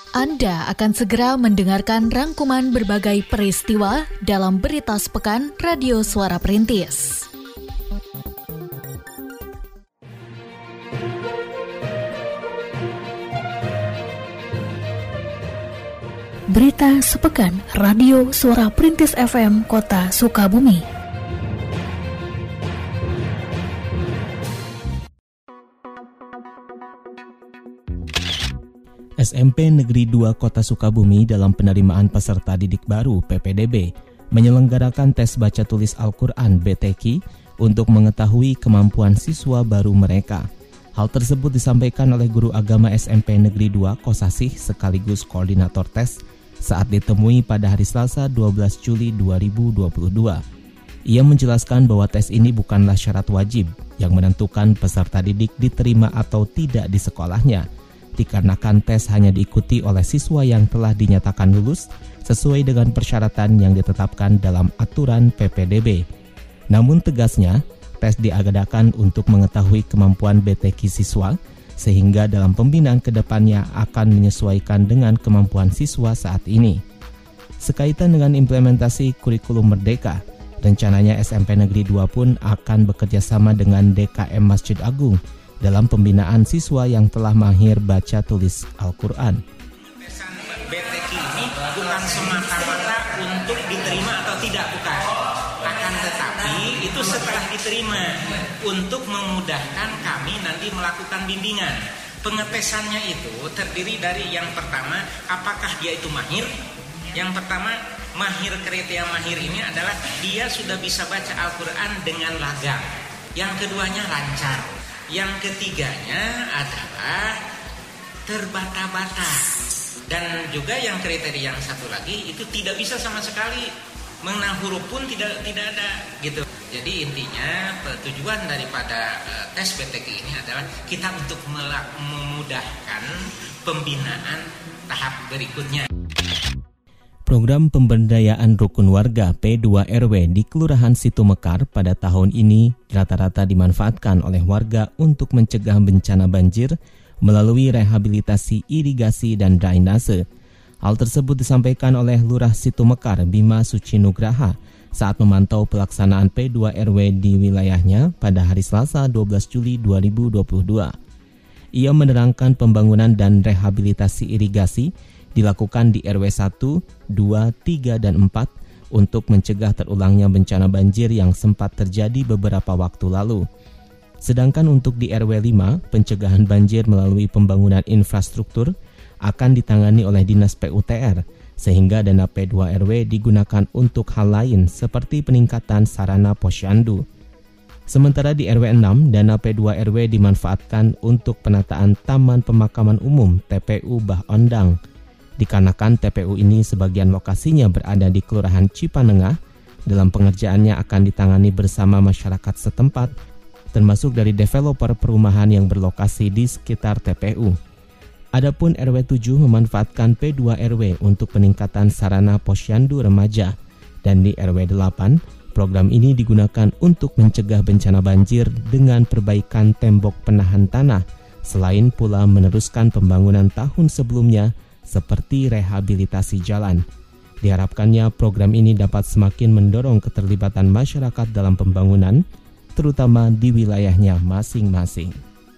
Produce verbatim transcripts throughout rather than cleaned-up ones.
Anda akan segera mendengarkan rangkuman berbagai peristiwa dalam Berita Sepekan Radio Suara Perintis. Berita Sepekan Radio Suara Perintis F M Kota Sukabumi. S M P Negeri dua Kota Sukabumi dalam penerimaan peserta didik baru P P D B menyelenggarakan tes baca tulis Al-Quran B T Q untuk mengetahui kemampuan siswa baru mereka. Hal tersebut disampaikan oleh guru agama S M P Negeri dua Kosasih sekaligus koordinator tes saat ditemui pada hari Selasa dua belas Juli dua ribu dua puluh dua. Ia menjelaskan bahwa tes ini bukanlah syarat wajib yang menentukan peserta didik diterima atau tidak di sekolahnya, dikarenakan tes hanya diikuti oleh siswa yang telah dinyatakan lulus sesuai dengan persyaratan yang ditetapkan dalam aturan P P D B. Namun tegasnya, tes diadakan untuk mengetahui kemampuan B T Q siswa, sehingga dalam pembinaan kedepannya akan menyesuaikan dengan kemampuan siswa saat ini. Sekaitan dengan implementasi kurikulum Merdeka, rencananya S M P Negeri dua pun akan bekerja sama dengan D K M Masjid Agung dalam pembinaan siswa yang telah mahir baca tulis Al-Quran. Pesan B T Q ini bukan semata-mata untuk diterima atau tidak, bukan. Akan tetapi itu setelah diterima untuk memudahkan kami nanti melakukan bimbingan. Pengetesannya itu terdiri dari yang pertama, apakah dia itu mahir. Yang pertama, mahir, kriteria mahir ini adalah dia sudah bisa baca Al-Quran dengan lagak. Yang keduanya lancar. Yang ketiganya adalah terbata-bata. Dan juga yang kriteria yang satu lagi itu tidak bisa sama sekali mengenal huruf pun tidak tidak ada gitu. Jadi intinya tujuan daripada uh, tes B T Q ini adalah kita untuk melak- memudahkan pembinaan tahap berikutnya. Program pemberdayaan rukun warga P dua R W di Kelurahan Situ Mekar pada tahun ini rata-rata dimanfaatkan oleh warga untuk mencegah bencana banjir melalui rehabilitasi irigasi dan drainase. Hal tersebut disampaikan oleh Lurah Situ Mekar Bima Suci Nugraha saat memantau pelaksanaan P dua R W di wilayahnya pada hari Selasa dua belas Juli dua ribu dua puluh dua. Ia menerangkan pembangunan dan rehabilitasi irigasi dilakukan di R W satu, dua, tiga, dan empat untuk mencegah terulangnya bencana banjir yang sempat terjadi beberapa waktu lalu. Sedangkan untuk di R W lima, pencegahan banjir melalui pembangunan infrastruktur akan ditangani oleh Dinas P U T R, sehingga dana P dua R W digunakan untuk hal lain seperti peningkatan sarana posyandu. Sementara di R W enam, dana P dua R W dimanfaatkan untuk penataan Taman Pemakaman Umum T P U Bah Ondang. Dikarenakan T P U ini sebagian lokasinya berada di Kelurahan Cipanengah, dalam pengerjaannya akan ditangani bersama masyarakat setempat, termasuk dari developer perumahan yang berlokasi di sekitar T P U. Adapun R W tujuh memanfaatkan P dua R W untuk peningkatan sarana posyandu remaja, dan di R W delapan, program ini digunakan untuk mencegah bencana banjir dengan perbaikan tembok penahan tanah, selain pula meneruskan pembangunan tahun sebelumnya seperti rehabilitasi jalan. Diharapkannya program ini dapat semakin mendorong keterlibatan masyarakat dalam pembangunan, terutama di wilayahnya masing-masing.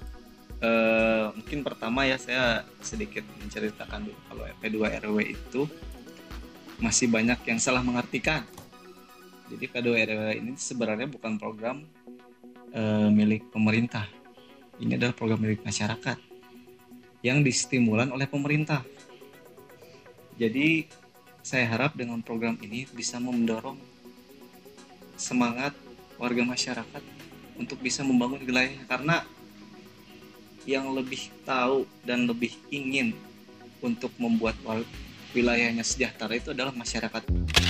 Uh, mungkin pertama ya saya sedikit menceritakan dulu kalau P dua R W itu masih banyak yang salah mengartikan. Jadi P dua R W ini sebenarnya bukan program uh, milik pemerintah. Ini adalah program milik masyarakat yang distimulan oleh pemerintah. Jadi saya harap dengan program ini bisa mendorong semangat warga masyarakat untuk bisa membangun wilayahnya, karena yang lebih tahu dan lebih ingin untuk membuat wilayahnya sejahtera itu adalah masyarakat.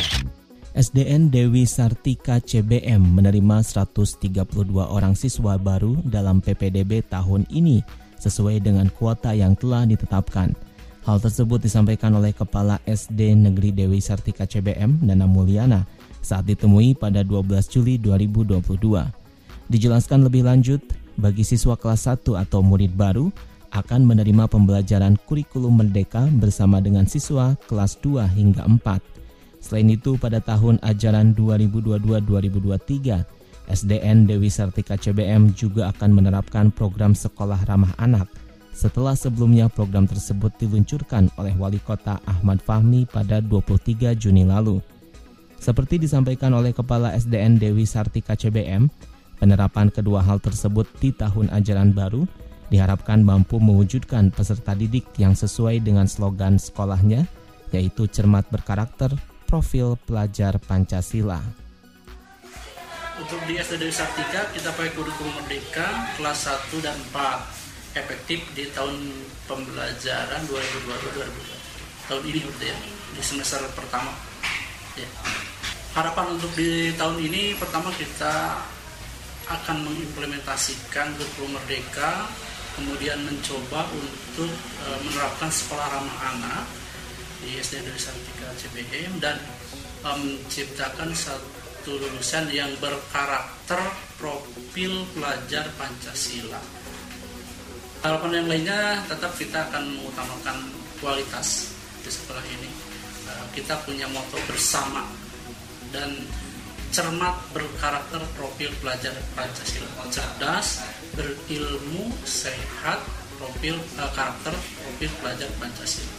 S D N Dewi Sartika C B M menerima seratus tiga puluh dua orang siswa baru dalam P P D B tahun ini sesuai dengan kuota yang telah ditetapkan. Hal tersebut disampaikan oleh Kepala S D Negeri Dewi Sartika C B M, Nana Mulyana, saat ditemui pada dua belas Juli dua ribu dua puluh dua. Dijelaskan lebih lanjut, bagi siswa kelas satu atau murid baru, akan menerima pembelajaran kurikulum Merdeka bersama dengan siswa kelas dua hingga empat. Selain itu, pada tahun ajaran dua ribu dua puluh dua dua ribu dua puluh tiga, S D N Dewi Sartika C B M juga akan menerapkan program sekolah ramah anak setelah sebelumnya program tersebut diluncurkan oleh Wali Kota Ahmad Fahmi pada dua puluh tiga Juni lalu. Seperti disampaikan oleh Kepala S D N Dewi Sartika C B M, penerapan kedua hal tersebut di tahun ajaran baru diharapkan mampu mewujudkan peserta didik yang sesuai dengan slogan sekolahnya, yaitu cermat berkarakter, profil pelajar Pancasila. Untuk di S D N Dewi Sartika, kita pakai kurikulum Merdeka kelas satu dan empat, efektif di tahun pembelajaran dua ribu dua puluh dua dua ribu dua puluh tiga. Tahun ini berarti ya, di semester pertama. Ya. Harapan untuk di tahun ini, pertama kita akan mengimplementasikan kurikulum Merdeka, kemudian mencoba untuk e, menerapkan sekolah ramah anak di S D N Dewi Sartika C B M dan e, menciptakan satu lulusan yang berkarakter profil pelajar Pancasila. Harapan yang lainnya tetap kita akan mengutamakan kualitas di sekolah ini. E, kita punya moto bersama dan cermat berkarakter profil pelajar Pancasila, cerdas, berilmu, sehat, profil uh, karakter profil pelajar Pancasila.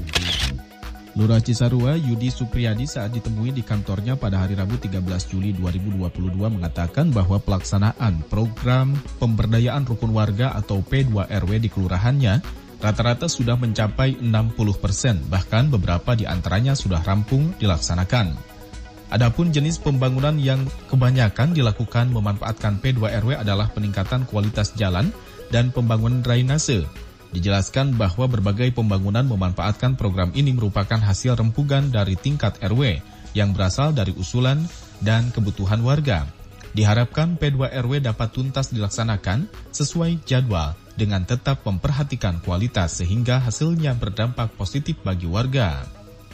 Lurah Cisarua Yudi Supriyadi saat ditemui di kantornya pada hari Rabu tiga belas Juli dua ribu dua puluh dua mengatakan bahwa pelaksanaan program pemberdayaan rukun warga atau P dua R W di kelurahannya rata-rata sudah mencapai enam puluh persen, bahkan beberapa di antaranya sudah rampung dilaksanakan. Adapun jenis pembangunan yang kebanyakan dilakukan memanfaatkan P dua R W adalah peningkatan kualitas jalan dan pembangunan drainase. Dijelaskan bahwa berbagai pembangunan memanfaatkan program ini merupakan hasil rempugan dari tingkat R W yang berasal dari usulan dan kebutuhan warga. Diharapkan P dua R W dapat tuntas dilaksanakan sesuai jadwal dengan tetap memperhatikan kualitas sehingga hasilnya berdampak positif bagi warga.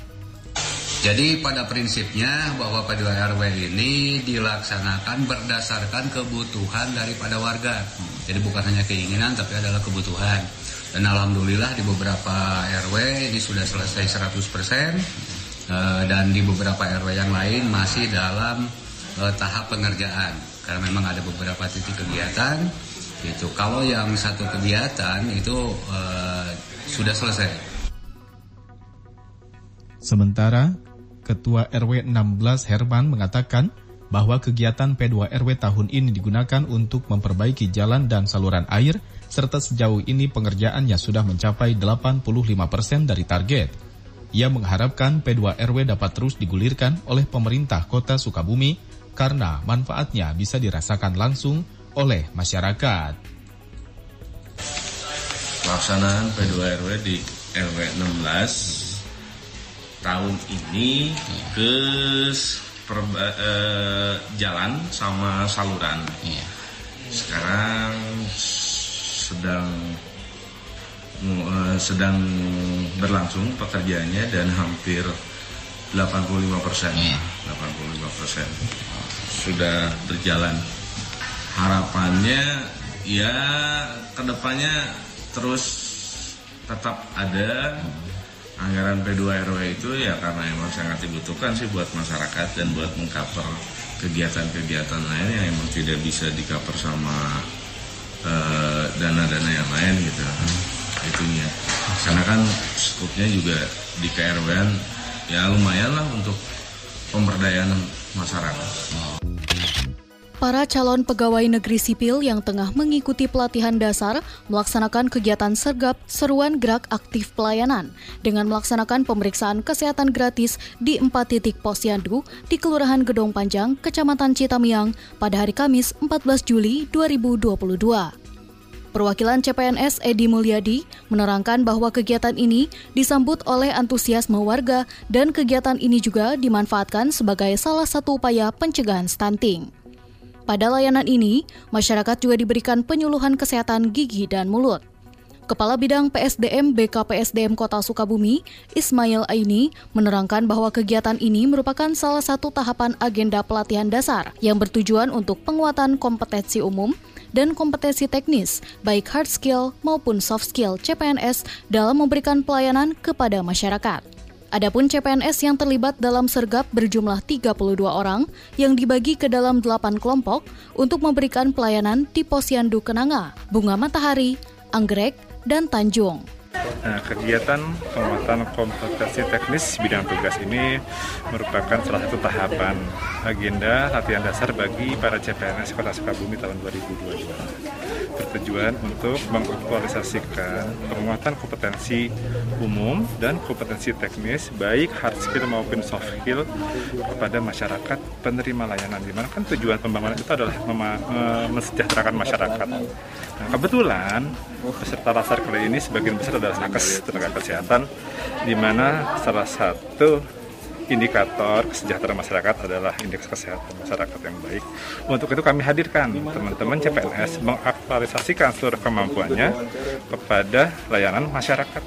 Jadi pada prinsipnya bahwa P dua R W ini dilaksanakan berdasarkan kebutuhan daripada warga. Jadi bukan hanya keinginan tapi adalah kebutuhan. Dan alhamdulillah di beberapa R W ini sudah selesai seratus persen dan di beberapa R W yang lain masih dalam tahap pengerjaan. Karena memang ada beberapa titik kegiatan gitu. Kalau yang satu kegiatan itu uh, sudah selesai. Sementara Ketua R W enam belas Herman mengatakan bahwa kegiatan P dua R W tahun ini digunakan untuk memperbaiki jalan dan saluran air, serta sejauh ini pengerjaannya sudah mencapai delapan puluh lima persen dari target. Ia mengharapkan P dua R W dapat terus digulirkan oleh pemerintah Kota Sukabumi karena manfaatnya bisa dirasakan langsung oleh masyarakat. Pelaksanaan P dua R W di R W enam belas tahun ini ke perba, eh, jalan sama saluran. Sekarang sedang uh, sedang berlangsung pekerjaannya dan hampir delapan puluh lima persen. delapan puluh lima persen sudah berjalan. Harapannya ya kedepannya terus tetap ada anggaran P dua R W itu ya karena emang sangat dibutuhkan sih buat masyarakat dan buat mengcover kegiatan-kegiatan lain yang emang tidak bisa di-cover sama uh, dana-dana yang lain gitu. Itunya. Karena kan skupnya juga di K R W-an ya lumayan lah untuk pemberdayaan masyarakat. Para calon pegawai negeri sipil yang tengah mengikuti pelatihan dasar melaksanakan kegiatan sergap seruan gerak aktif pelayanan dengan melaksanakan pemeriksaan kesehatan gratis di empat titik posyandu di Kelurahan Gedong Panjang, Kecamatan Citamiang pada hari Kamis empat belas Juli dua ribu dua puluh dua. Perwakilan C P N S Edi Mulyadi menerangkan bahwa kegiatan ini disambut oleh antusiasme warga dan kegiatan ini juga dimanfaatkan sebagai salah satu upaya pencegahan stunting. Pada layanan ini, masyarakat juga diberikan penyuluhan kesehatan gigi dan mulut. Kepala Bidang P S D M B K P S D M Kota Sukabumi, Ismail Aini, menerangkan bahwa kegiatan ini merupakan salah satu tahapan agenda pelatihan dasar yang bertujuan untuk penguatan kompetensi umum dan kompetensi teknis, baik hard skill maupun soft skill C P N S dalam memberikan pelayanan kepada masyarakat. Adapun C P N S yang terlibat dalam sergap berjumlah tiga puluh dua orang yang dibagi ke dalam delapan kelompok untuk memberikan pelayanan di Posyandu Kenanga, Bunga Matahari, Anggrek, dan Tanjung. Nah, kegiatan penguatan kompetensi teknis bidang tugas ini merupakan salah satu tahapan agenda latihan dasar bagi para C P N S Kota Sukabumi tahun dua ribu dua puluh dua. Bertujuan untuk mengaktualisasikan penguatan kompetensi umum dan kompetensi teknis baik hard skill maupun soft skill kepada masyarakat penerima layanan. Dimana kan tujuan pembangunan itu adalah mema- mesejahterakan masyarakat. Nah, kebetulan peserta laser kali ini sebagian besar adalah nakes tenaga kesehatan, di mana salah satu indikator kesejahteraan masyarakat adalah indeks kesehatan masyarakat yang baik. Untuk itu kami hadirkan teman-teman C P N S mengaktualisasikan seluruh kemampuannya kepada layanan masyarakat.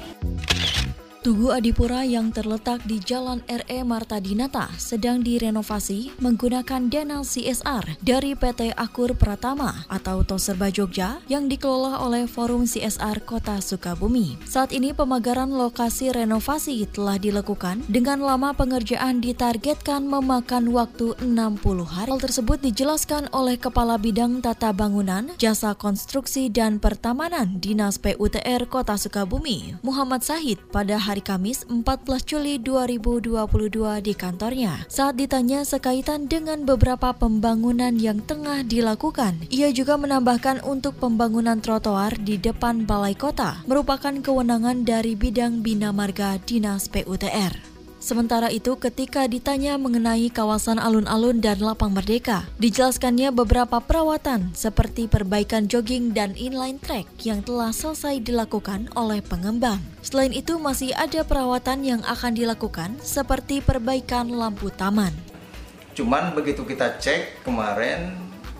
Tugu Adipura yang terletak di Jalan R E Marta Dinata sedang direnovasi menggunakan dana C S R dari P T Akur Pratama atau Toserba Jogja yang dikelola oleh Forum C S R Kota Sukabumi. Saat ini pemagaran lokasi renovasi telah dilakukan dengan lama pengerjaan ditargetkan memakan waktu enam puluh hari. Hal tersebut dijelaskan oleh Kepala Bidang Tata Bangunan, Jasa Konstruksi dan Pertamanan Dinas P U T R Kota Sukabumi, Muhammad Sahid pada hari hari Kamis empat belas Juli dua ribu dua puluh dua di kantornya. Saat ditanya sekaitan dengan beberapa pembangunan yang tengah dilakukan, ia juga menambahkan untuk pembangunan trotoar di depan Balai Kota merupakan kewenangan dari bidang Bina Marga Dinas P U T R. Sementara itu, ketika ditanya mengenai kawasan alun-alun dan Lapang Merdeka, dijelaskannya beberapa perawatan seperti perbaikan jogging dan inline track yang telah selesai dilakukan oleh pengembang. Selain itu, masih ada perawatan yang akan dilakukan seperti perbaikan lampu taman. Cuman begitu kita cek kemarin,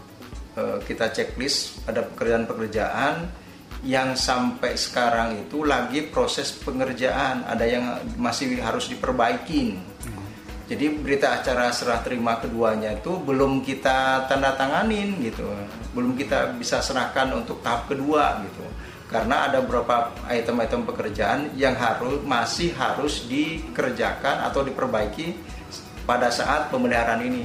kita checklist ada pekerjaan-pekerjaan yang sampai sekarang itu lagi proses pengerjaan, ada yang masih harus diperbaikin. Jadi berita acara serah terima keduanya itu belum kita tanda tanganin gitu, belum kita bisa serahkan untuk tahap kedua gitu, karena ada beberapa item-item pekerjaan yang harus masih harus dikerjakan atau diperbaiki pada saat pemeliharaan ini.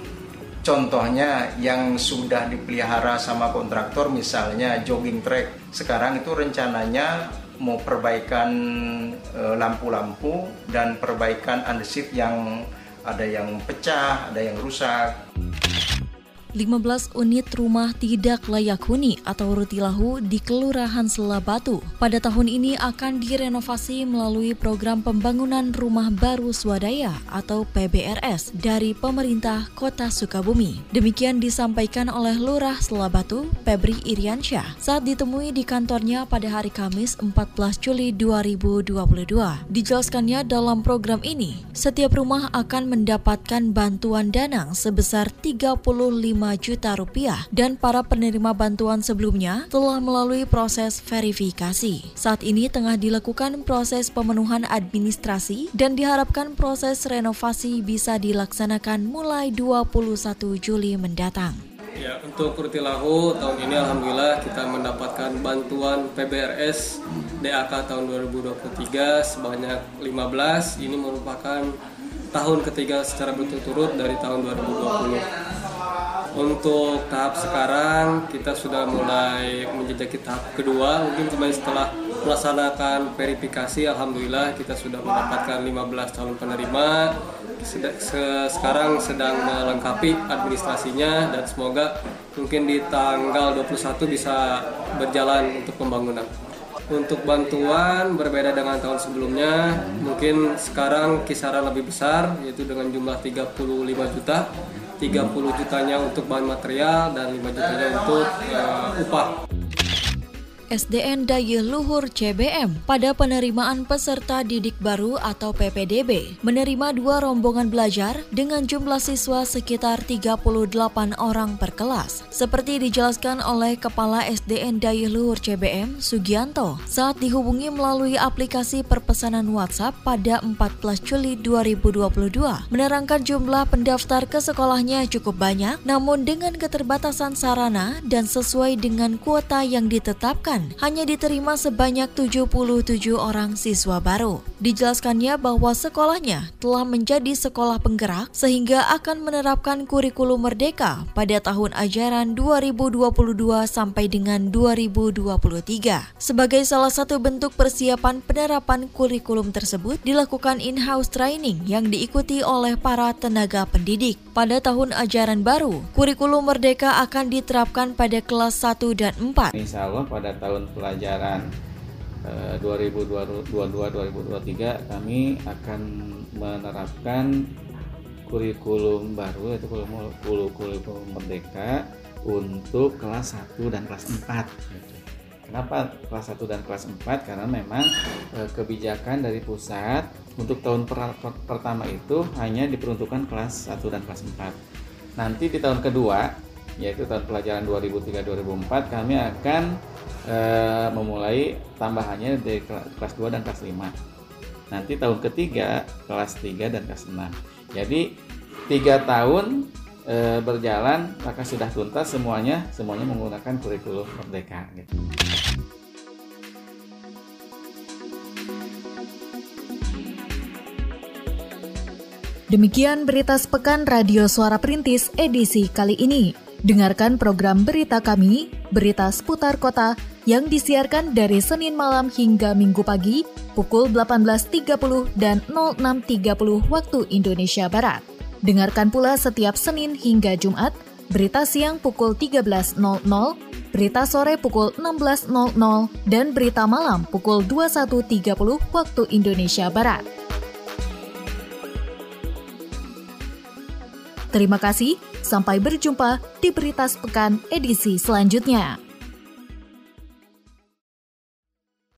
Contohnya yang sudah dipelihara sama kontraktor, misalnya jogging track, sekarang itu rencananya mau perbaikan e, lampu-lampu dan perbaikan underseat yang ada yang pecah, ada yang rusak. lima belas unit rumah tidak layak huni atau rutilahu di Kelurahan Selabatu pada tahun ini akan direnovasi melalui program pembangunan rumah baru swadaya atau P B R S dari pemerintah Kota Sukabumi. Demikian disampaikan oleh Lurah Selabatu, Febri Iriansyah, saat ditemui di kantornya pada hari Kamis empat belas Juli dua ribu dua puluh dua. Dijelaskannya dalam program ini, setiap rumah akan mendapatkan bantuan dana sebesar tiga puluh lima juta rupiah dan para penerima bantuan sebelumnya telah melalui proses verifikasi. Saat ini tengah dilakukan proses pemenuhan administrasi dan diharapkan proses renovasi bisa dilaksanakan mulai dua puluh satu Juli mendatang. Ya, untuk rutilahu tahun ini alhamdulillah kita mendapatkan bantuan P B R S D A K tahun dua ribu dua puluh tiga sebanyak lima belas. Ini merupakan tahun ketiga secara berturut-turut dari tahun dua ribu dua puluh. Untuk tahap sekarang kita sudah mulai menjejaki tahap kedua. Mungkin kemarin setelah melaksanakan verifikasi, alhamdulillah kita sudah mendapatkan lima belas calon penerima. Sekarang sedang melengkapi administrasinya dan semoga mungkin di tanggal dua puluh satu bisa berjalan untuk pembangunan. Untuk bantuan berbeda dengan tahun sebelumnya, mungkin sekarang kisaran lebih besar, yaitu dengan jumlah tiga puluh lima juta. tiga puluh jutanya untuk bahan material dan lima jutanya untuk uh, upah. S D N Daya Luhur C B M pada penerimaan peserta didik baru atau P P D B menerima dua rombongan belajar dengan jumlah siswa sekitar tiga puluh delapan orang per kelas. Seperti dijelaskan oleh Kepala S D N Daya Luhur C B M, Sugianto, saat dihubungi melalui aplikasi perpesanan WhatsApp pada empat belas Juli dua ribu dua puluh dua, menerangkan jumlah pendaftar ke sekolahnya cukup banyak, namun dengan keterbatasan sarana dan sesuai dengan kuota yang ditetapkan, hanya diterima sebanyak tujuh puluh tujuh orang siswa baru. Dijelaskannya bahwa sekolahnya telah menjadi sekolah penggerak sehingga akan menerapkan kurikulum merdeka pada tahun ajaran dua ribu dua puluh dua sampai dengan dua ribu dua puluh tiga. Sebagai salah satu bentuk persiapan penerapan kurikulum tersebut, dilakukan in-house training yang diikuti oleh para tenaga pendidik. Pada tahun ajaran baru, kurikulum merdeka akan diterapkan pada kelas satu dan empat. Insya Allah pada tahun pelajaran eh, dua ribu dua puluh dua dua ribu dua puluh tiga kami akan menerapkan kurikulum baru, yaitu kurikulum, kurikulum merdeka untuk kelas satu dan kelas empat. Kenapa kelas satu dan kelas empat? Karena memang eh, kebijakan dari pusat untuk tahun per, per, pertama itu hanya diperuntukkan kelas satu dan kelas empat. Nanti di tahun kedua, yaitu tahun pelajaran dua ribu tiga dua ribu empat, kami akan e, memulai tambahannya dari kelas dua dan kelas lima. Nanti tahun ketiga kelas tiga dan kelas enam. Jadi tiga tahun e, berjalan maka sudah tuntas semuanya semuanya menggunakan kurikulum merdeka gitu. Demikian berita sepekan Radio Suara Perintis edisi kali ini. Dengarkan program berita kami, berita seputar kota, yang disiarkan dari Senin malam hingga Minggu pagi, pukul delapan belas tiga puluh dan nol enam tiga puluh waktu Indonesia Barat. Dengarkan pula setiap Senin hingga Jumat, berita siang pukul tiga belas nol nol, berita sore pukul enam belas nol nol, dan berita malam pukul dua puluh satu tiga puluh waktu Indonesia Barat. Terima kasih, sampai berjumpa di Berita Sepekan edisi selanjutnya.